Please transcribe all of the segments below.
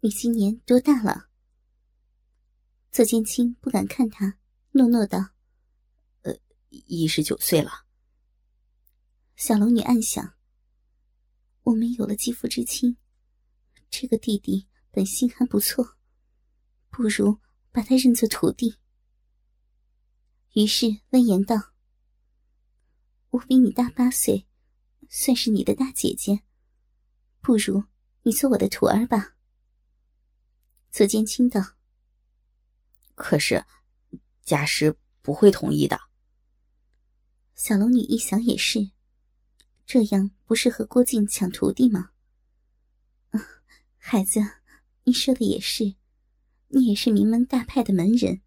你今年多大了？左剑清不敢看他，诺诺道 19岁了。 小龙女暗想，我们有了继父之亲，这个弟弟本性还不错，不如把他认作徒弟。于是温言道，我比你大8岁，算是你的大姐姐，不如你做我的徒儿吧。左剑清道， 可是家师不会同意的。 小龙女一想也是，这样不是和郭靖抢徒弟吗？孩子，你说的也是，你也是名门大派的门人。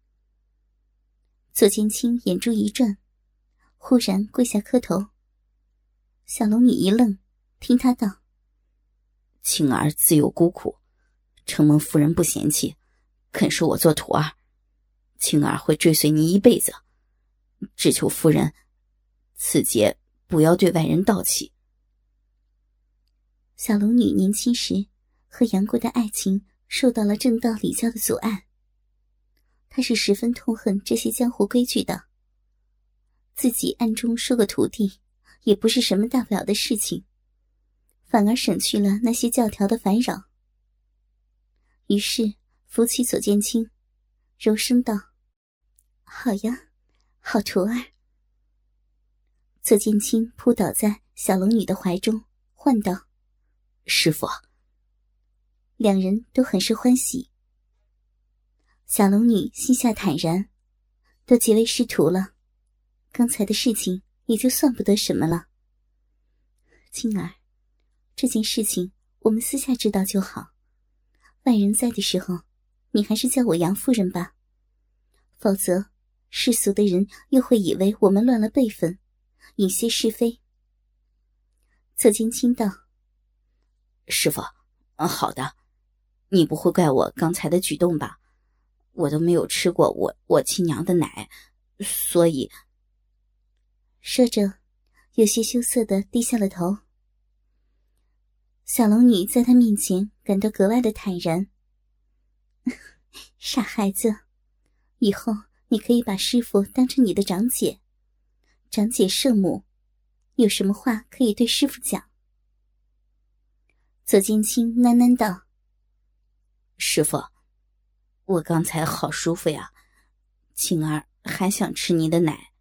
左剑清眼珠一转，忽然跪下磕头。小龙女一愣，听他道， 青儿自幼孤苦，承蒙夫人不嫌弃，肯收我做徒儿，青儿会追随您一辈子，只求夫人此节不要对外人道起。 小龙女年轻时和杨过的爱情受到了正道礼教的阻碍，她是十分痛恨这些江湖规矩的，自己暗中收个徒弟也不是什么大不了的事情，反而省去了那些教条的烦扰。于是扶起左剑清，柔声道，好呀，好徒儿。左剑清扑倒在小龙女的怀中，唤道， 师父。 两人都很是欢喜。小龙女心下坦然，都结为师徒了，刚才的事情也就算不得什么了。青儿，这件事情我们私下知道就好，外人在的时候，你还是叫我杨夫人吧，否则世俗的人又会以为我们乱了辈分，引些是非。左剑清道， 师父，好的，你不会怪我刚才的举动吧？我都没有吃过我亲娘的奶，所以。 说着有些羞涩地低下了头。小龙女在他面前感到格外的坦然。傻孩子，以后你可以把师父当成你的长姐，长姐圣母，有什么话可以对师父讲。左剑清喃喃道， 师父，我刚才好舒服呀，青儿还想吃您的奶。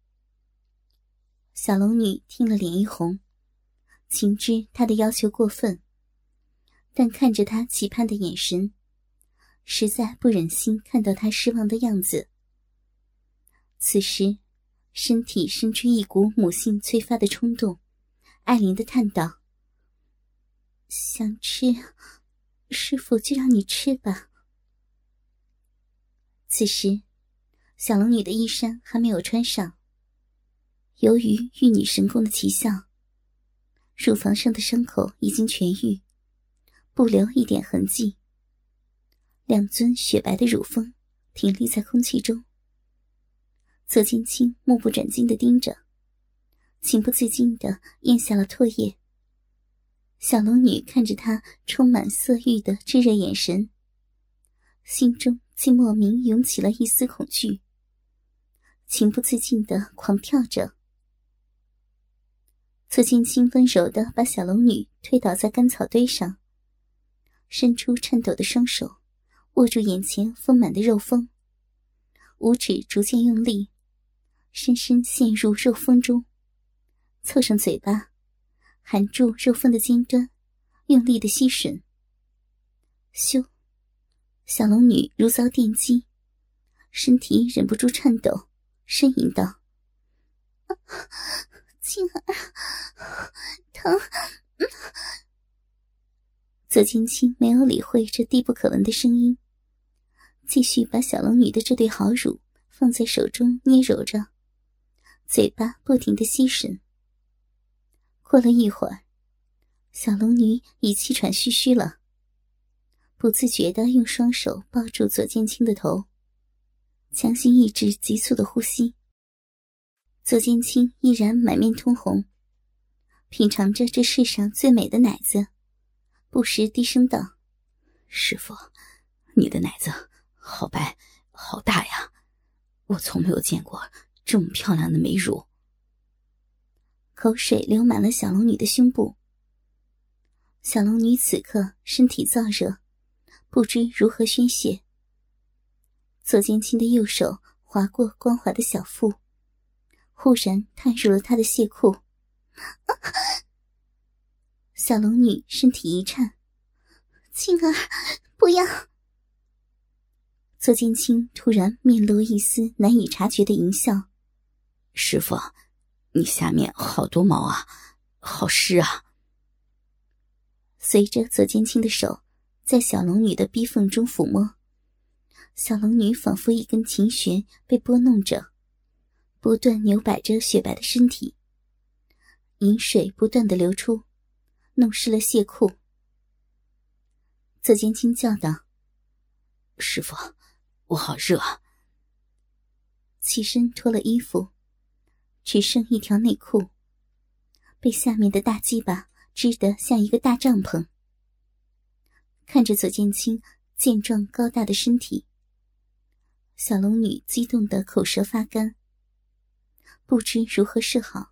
小龙女听了脸一红，情知他的要求过分，但看着他期盼的眼神，实在不忍心看到他失望的样子。此时身体生出一股母性催发的冲动，爱怜地叹道，想吃，师父就让你吃吧。此时小龙女的衣衫还没有穿上，由于玉女神功的奇效，乳房上的伤口已经痊愈，不留一点痕迹。两尊雪白的乳峰挺立在空气中。左剑清目不转睛地盯着，情不自禁地咽下了唾液。小龙女看着他充满色欲的炙热眼神，心中竟莫名涌起了一丝恐惧，情不自禁地狂跳着。左剑清温柔地把小龙女推倒在干草堆上，伸出颤抖的双手握住眼前丰满的肉峰，五指逐渐用力，深深陷入肉峰中，凑上嘴巴含住肉峰的尖端，用力地吸吮。咻！小龙女如遭电击，身体忍不住颤抖，呻吟道，青儿，疼。左剑清没有理会这低不可闻的声音，继续把小龙女的这对好乳放在手中捏揉着，嘴巴不停地吸吮。过了一会儿，小龙女已气喘吁吁了，不自觉地用双手抱住左剑清的头，强行抑制急促的呼吸。左剑清依然满面通红，品尝着这世上最美的奶子，不时低声道， 师傅，你的奶子好白好大呀，我从没有见过这么漂亮的美乳。 口水流满了小龙女的胸部。小龙女此刻身体燥热，不知如何宣泄。左剑清的右手划过光滑的小腹，忽然探入了她的亵裤。小龙女身体一颤，青儿，不要！左剑清突然面露一丝难以察觉的淫笑。 师傅，你下面好多毛啊，好湿啊。 随着左剑清的手在小龙女的逼缝中抚摸，小龙女仿佛一根琴弦被拨弄着，不断扭摆着雪白的身体，淫水不断地流出，弄湿了亵裤。左剑清叫道： 师傅，我好热。 起身脱了衣服，只剩一条内裤，被下面的大鸡巴支得像一个大帐篷。看着左剑清健壮高大的身体，小龙女激动得口舌发干，不知如何是好。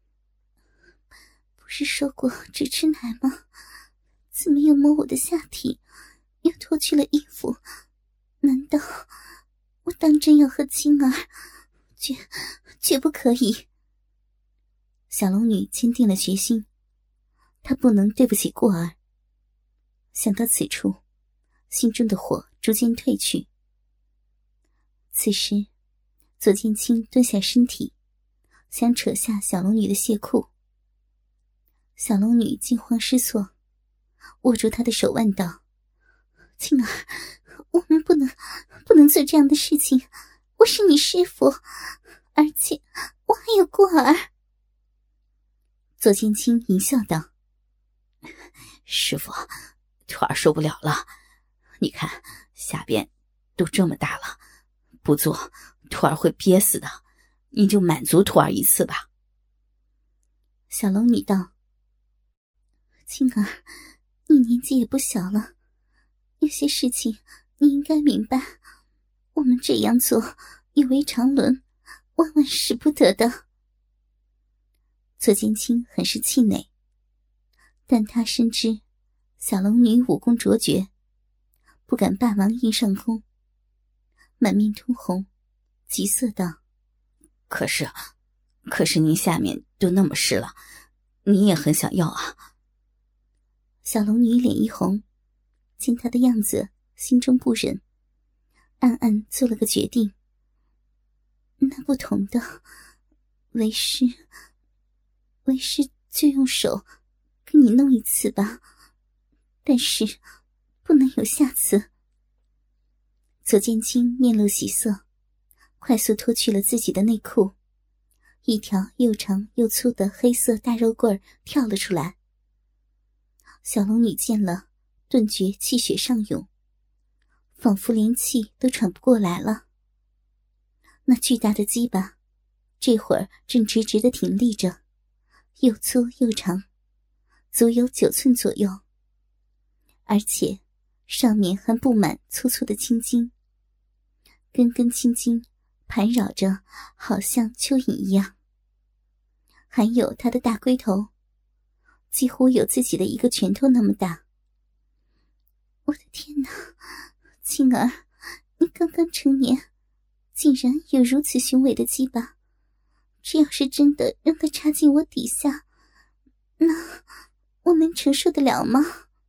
不是说过只吃奶吗？怎么又摸我的下体，又脱去了衣服？难道我当真要和青儿？绝不可以！小龙女坚定了决心，她不能对不起过儿。想到此处，心中的火逐渐退去。此时，左剑清蹲下身体，想扯下小龙女的亵裤。小龙女惊慌失措，握住他的手腕道：青儿，我们不能做这样的事情，我是你师父，而且我还有过儿。左剑清淫笑道： 师父，徒儿受不了了，你看下边都这么大了，不做徒儿会憋死的，你就满足徒儿一次吧。 小龙女道：青儿，你年纪也不小了，有些事情你应该明白，我们这样做有违常伦，万万使不得的。左剑清很是气馁，但他深知小龙女武功卓绝，不敢霸王硬上弓，满面通红，急色道： 可是您下面都那么湿了，你也很想要啊。 小龙女脸一红，见他的样子，心中不忍，暗暗做了个决定。那不同的，为师就用手给你弄一次吧，但是不能有下次。左剑清面露喜色，快速脱去了自己的内裤，一条又长又粗的黑色大肉棍跳了出来。小龙女见了，顿觉气血上涌，仿佛连气都喘不过来了。那巨大的鸡巴这会儿正直直地挺立着，又粗又长，足有9寸左右，而且上面还布满粗粗的青筋，根根青筋盘绕着，好像蚯蚓一样。还有他的大龟头，几乎有自己的一个拳头那么大。我的天哪，青儿，你刚刚成年，竟然有如此雄伟的鸡巴，这要是真的让它插进我底下，那我能承受得了吗？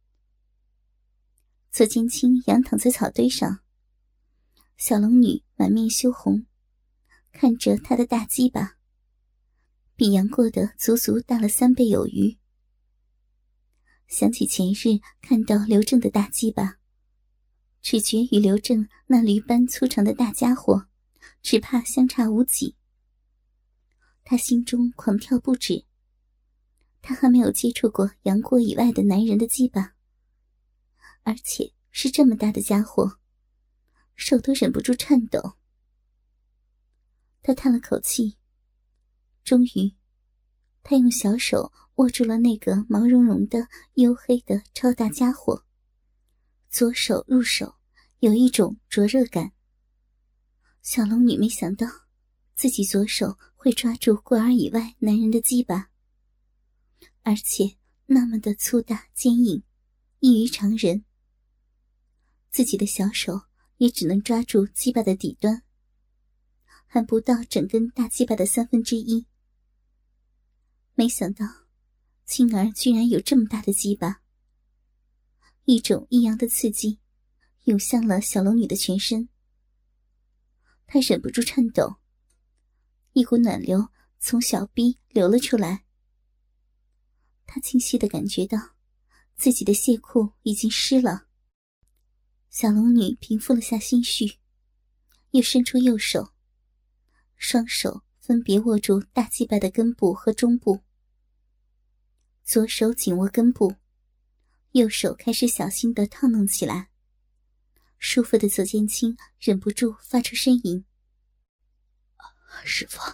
左剑清仰躺在草堆上，小龙女满面羞红，看着他的大鸡巴，比杨过的足足大了3倍有余。想起前日看到刘正的大鸡巴，只觉与刘正那驴般粗长的大家伙只怕相差无几，他心中狂跳不止。他还没有接触过杨过以外的男人的鸡巴，而且是这么大的家伙，手都忍不住颤抖。他叹了口气，终于他用小手握住了那个毛茸茸的黝黑的超大家伙， 左手入手，有一种灼热感。小龙女没想到自己左手会抓住过儿以外男人的鸡巴，而且那么的粗大坚硬，异于常人。自己的小手也只能抓住鸡巴的底端，还不到整根大鸡巴的1/3。没想到青儿居然有这么大的鸡巴，一种异样的刺激涌向了小龙女的全身。她忍不住颤抖，一股暖流从小臂流了出来。她清晰地感觉到自己的亵裤已经湿了。小龙女平复了下心绪，又伸出右手，双手分别握住大鸡巴的根部和中部。左手紧握根部，右手开始小心地套弄起来。舒服的左剑清忍不住发出呻吟： 师父，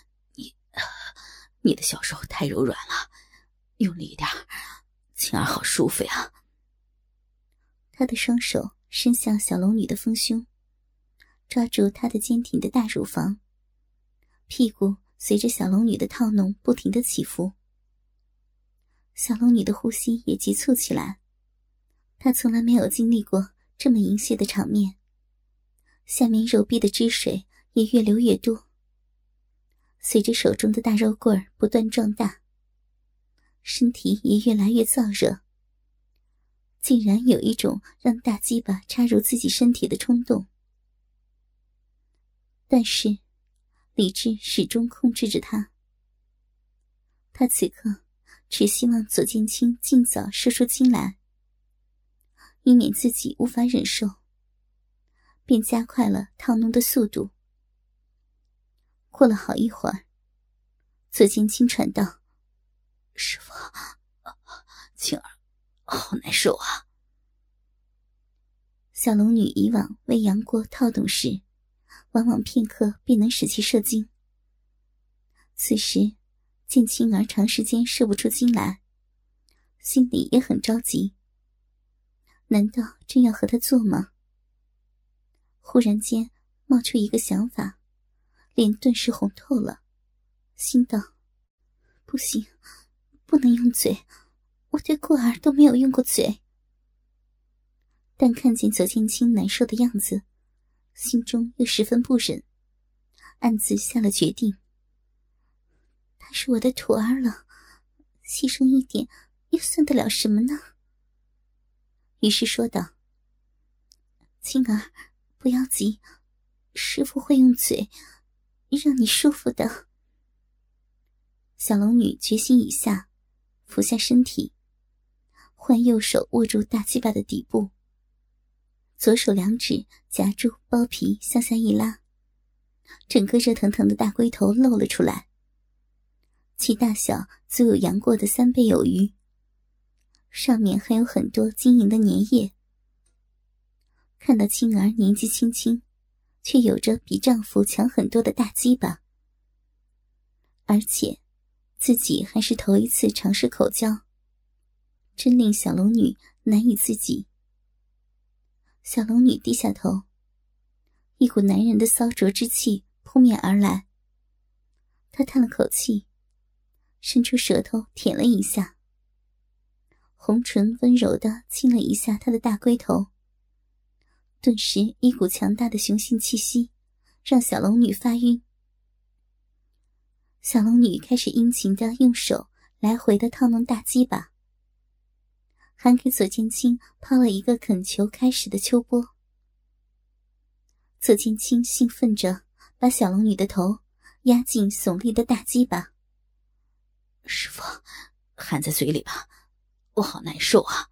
你的小手太柔软了，用力一点，青儿好舒服呀。 他的双手伸向小龙女的丰胸，抓住她的坚挺的大乳房，屁股随着小龙女的套弄不停地起伏。小龙女的呼吸也急促起来，她从来没有经历过这么淫亵的场面，下面肉壁的汁水也越流越多。随着手中的大肉棍儿不断壮大，身体也越来越燥热，竟然有一种让大鸡巴插入自己身体的冲动。但是理智始终控制着他，他此刻只希望左剑清尽早射出精来，以免自己无法忍受，便加快了套弄的速度。过了好一会儿，左剑清喘道： 师父，青儿好难受啊。 小龙女以往未阳过套动时，往往片刻便能使其射精。此时见青儿长时间射不出精来，心里也很着急。难道真要和他做吗？忽然间冒出一个想法，脸顿时红透了，心道：不行，不能用嘴，我对过儿都没有用过嘴。但看见左剑清难受的样子，心中又十分不忍，暗自下了决定。他是我的徒儿了，牺牲一点又算得了什么呢？于是说道：青儿，不要急，师父会用嘴让你舒服的。小龙女决心已下，俯下身体，换右手握住大鸡巴的底部，左手两指夹住包皮向下一拉，整个热腾腾的大龟头露了出来，其大小足有杨过的3倍有余，上面还有很多晶莹的粘液。看到青儿年纪轻轻，却有着比丈夫强很多的大鸡巴，而且自己还是头一次尝试口交，真令小龙女难以自己。小龙女低下头，一股男人的骚浊之气扑面而来。她叹了口气，伸出舌头舔了一下，红唇温柔地亲了一下他的大龟头。顿时一股强大的雄性气息让小龙女发晕。小龙女开始殷勤地用手来回地套弄大鸡巴，还给左剑清抛了一个恳求开始的秋波。左剑清兴奋着把小龙女的头压进耸立的大鸡巴。 师父，含在嘴里吧，我好难受啊。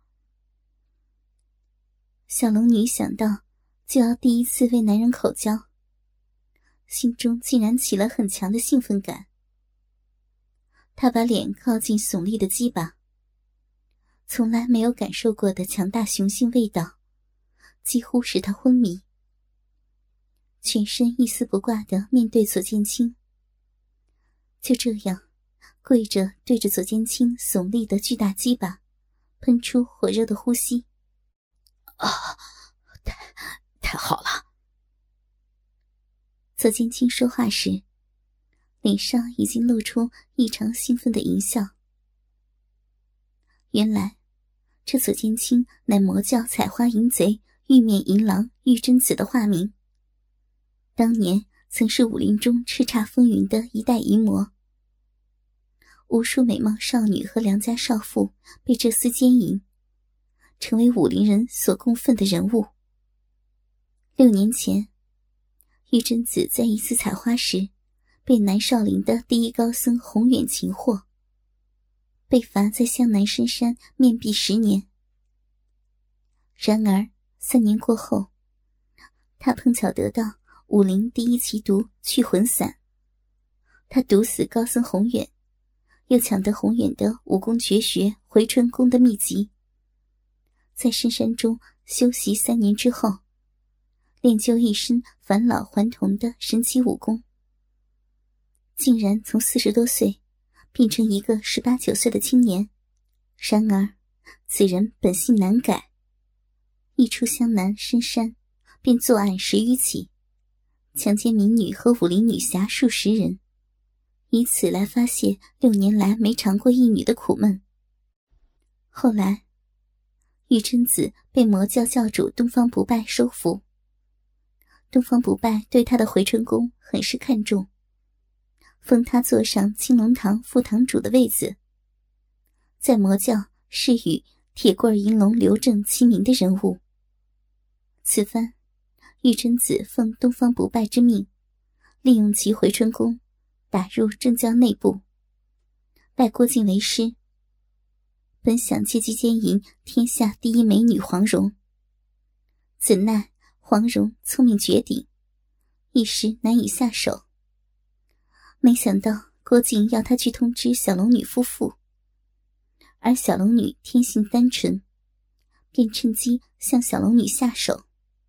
小龙女想到就要第一次为男人口交，心中竟然起了很强的兴奋感。她把脸靠近耸立的鸡巴，从来没有感受过的强大雄性味道几乎使她昏迷，全身一丝不挂地面对左剑清，就这样跪着对着左剑清耸立的巨大鸡巴喷出火热的呼吸。 啊，太好了。 左剑清说话时，脸上已经露出异常兴奋的淫笑。原来这左剑清乃魔教采花淫贼玉面淫郎玉贞子的化名，当年曾是武林中叱咤风云的一代淫魔，无数美貌少女和良家少妇被这厮奸淫，成为武林人所供奉的人物。6年前，玉贞子在一次采花时被南少林的第一高僧宏远擒获，被罚在湘南深山面壁10年。然而3年过后，他碰巧得到武林第一奇毒去魂散，他毒死高僧宏远，又抢得宏远的武功绝学回春功的秘籍，在深山中修习3年之后，练就一身返老还童的神奇武功，竟然从40多岁变成一个18、19岁的青年。然而此人本性难改，一出湘南深山便作案10余起，强奸民女和武林女侠数十人，以此来发泄6年来没尝过一女的苦闷。后来玉贞子被魔教教主东方不败收服，东方不败对他的回春功很是看重，封他坐上青龙堂副堂主的位子，在魔教是与铁棍银龙刘正齐名的人物。此番玉贞子奉东方不败之命，利用其回春功打入正教内部，拜郭靖为师，本想借机奸淫天下第一美女黄蓉，怎奈黄蓉聪明绝顶，一时难以下手。没想到郭靖要他去通知小龙女夫妇，而小龙女天性单纯，便趁机向小龙女下手。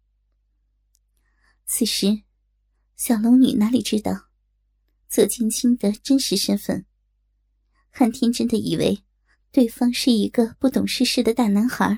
此时小龙女哪里知道左剑清的真实身份，还天真的以为对方是一个不懂世事的大男孩。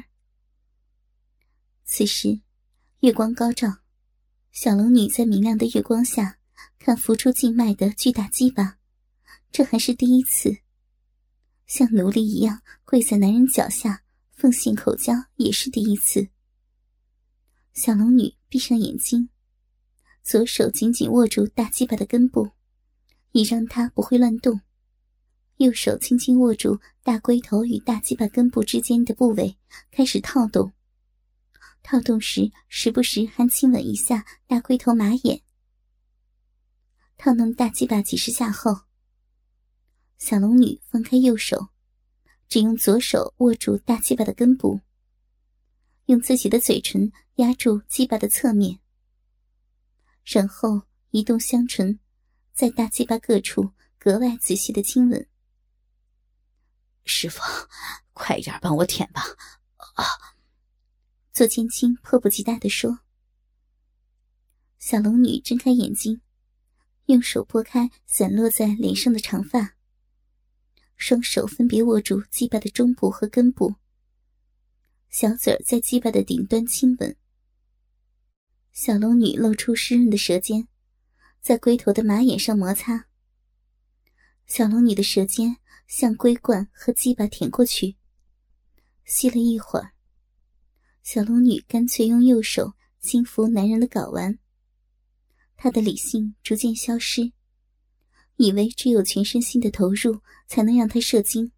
此时月光高照，小龙女在明亮的月光下看浮出静脉的巨大鸡巴，这还是第一次。像奴隶一样跪在男人脚下奉献口交也是第一次。小龙女闭上眼睛，左手紧紧握住大鸡巴的根部，以让它不会乱动，右手轻轻握住大龟头与大鸡巴根部之间的部位，开始套动。套动时时不时还亲吻一下大龟头马眼。套弄大鸡巴几十下后，小龙女放开右手，只用左手握住大鸡巴的根部，用自己的嘴唇压住鸡巴的侧面，然后移动香唇，在大鸡巴各处格外仔细的亲吻。 师父，快点帮我舔吧！啊！ 左剑清迫不及待地说。小龙女睁开眼睛，用手拨开散落在脸上的长发，双手分别握住鸡巴的中部和根部，小嘴儿在鸡巴的顶端亲吻。小龙女露出湿润的舌尖，在龟头的马眼上摩擦。小龙女的舌尖向龟冠和鸡巴舔过去，吸了一会儿，小龙女干脆用右手轻抚男人的睾丸。她的理性逐渐消失，以为只有全身心的投入才能让她射精。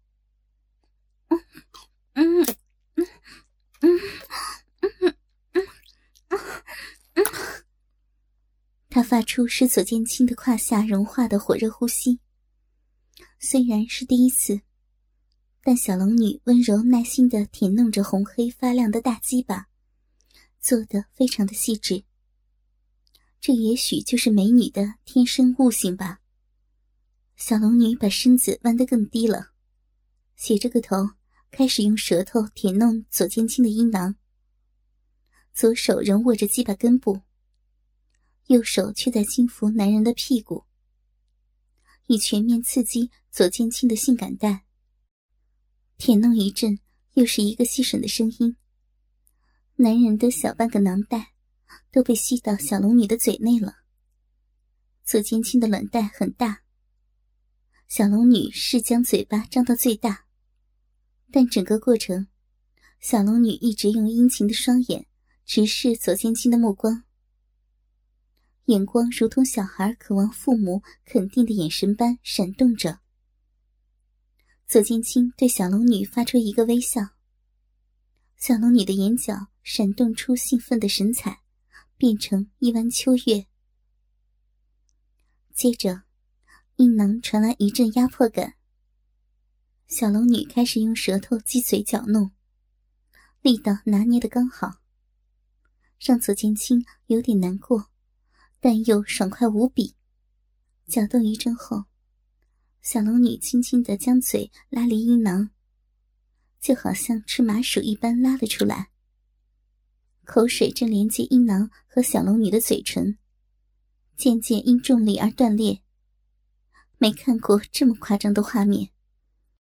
她发出使左剑清的胯下融化的火热呼吸。虽然是第一次，但小龙女温柔耐心地舔弄着红黑发亮的大鸡巴，做得非常的细致。这也许就是美女的天生悟性吧。小龙女把身子弯得更低了，斜着个头，开始用舌头舔弄左剑清的阴囊。左手仍握着鸡巴根部，右手却在轻抚男人的屁股，以全面刺激左剑清的性感带。舔弄一阵，又是一个细吮的声音， 男人的小半个囊袋都被吸到小龙女的嘴内了。左剑清的卵袋很大，小龙女是将嘴巴张到最大，但整个过程，小龙女一直用殷勤的双眼直视左剑清的目光，眼光如同小孩渴望父母肯定的眼神般闪动着。左剑清对小龙女发出一个微笑，小龙女的眼角闪动出兴奋的神采，变成一弯秋月。接着，阴囊传来一阵压迫感，小龙女开始用舌头鸡嘴搅弄，力道拿捏得刚好，让左剑清有点难过，但又爽快无比。搅动一阵后，小龙女轻轻地将嘴拉离阴囊，就好像吃麻薯一般拉了出来，口水正连接阴囊和小龙女的嘴唇，渐渐因重力而断裂。没看过这么夸张的画面。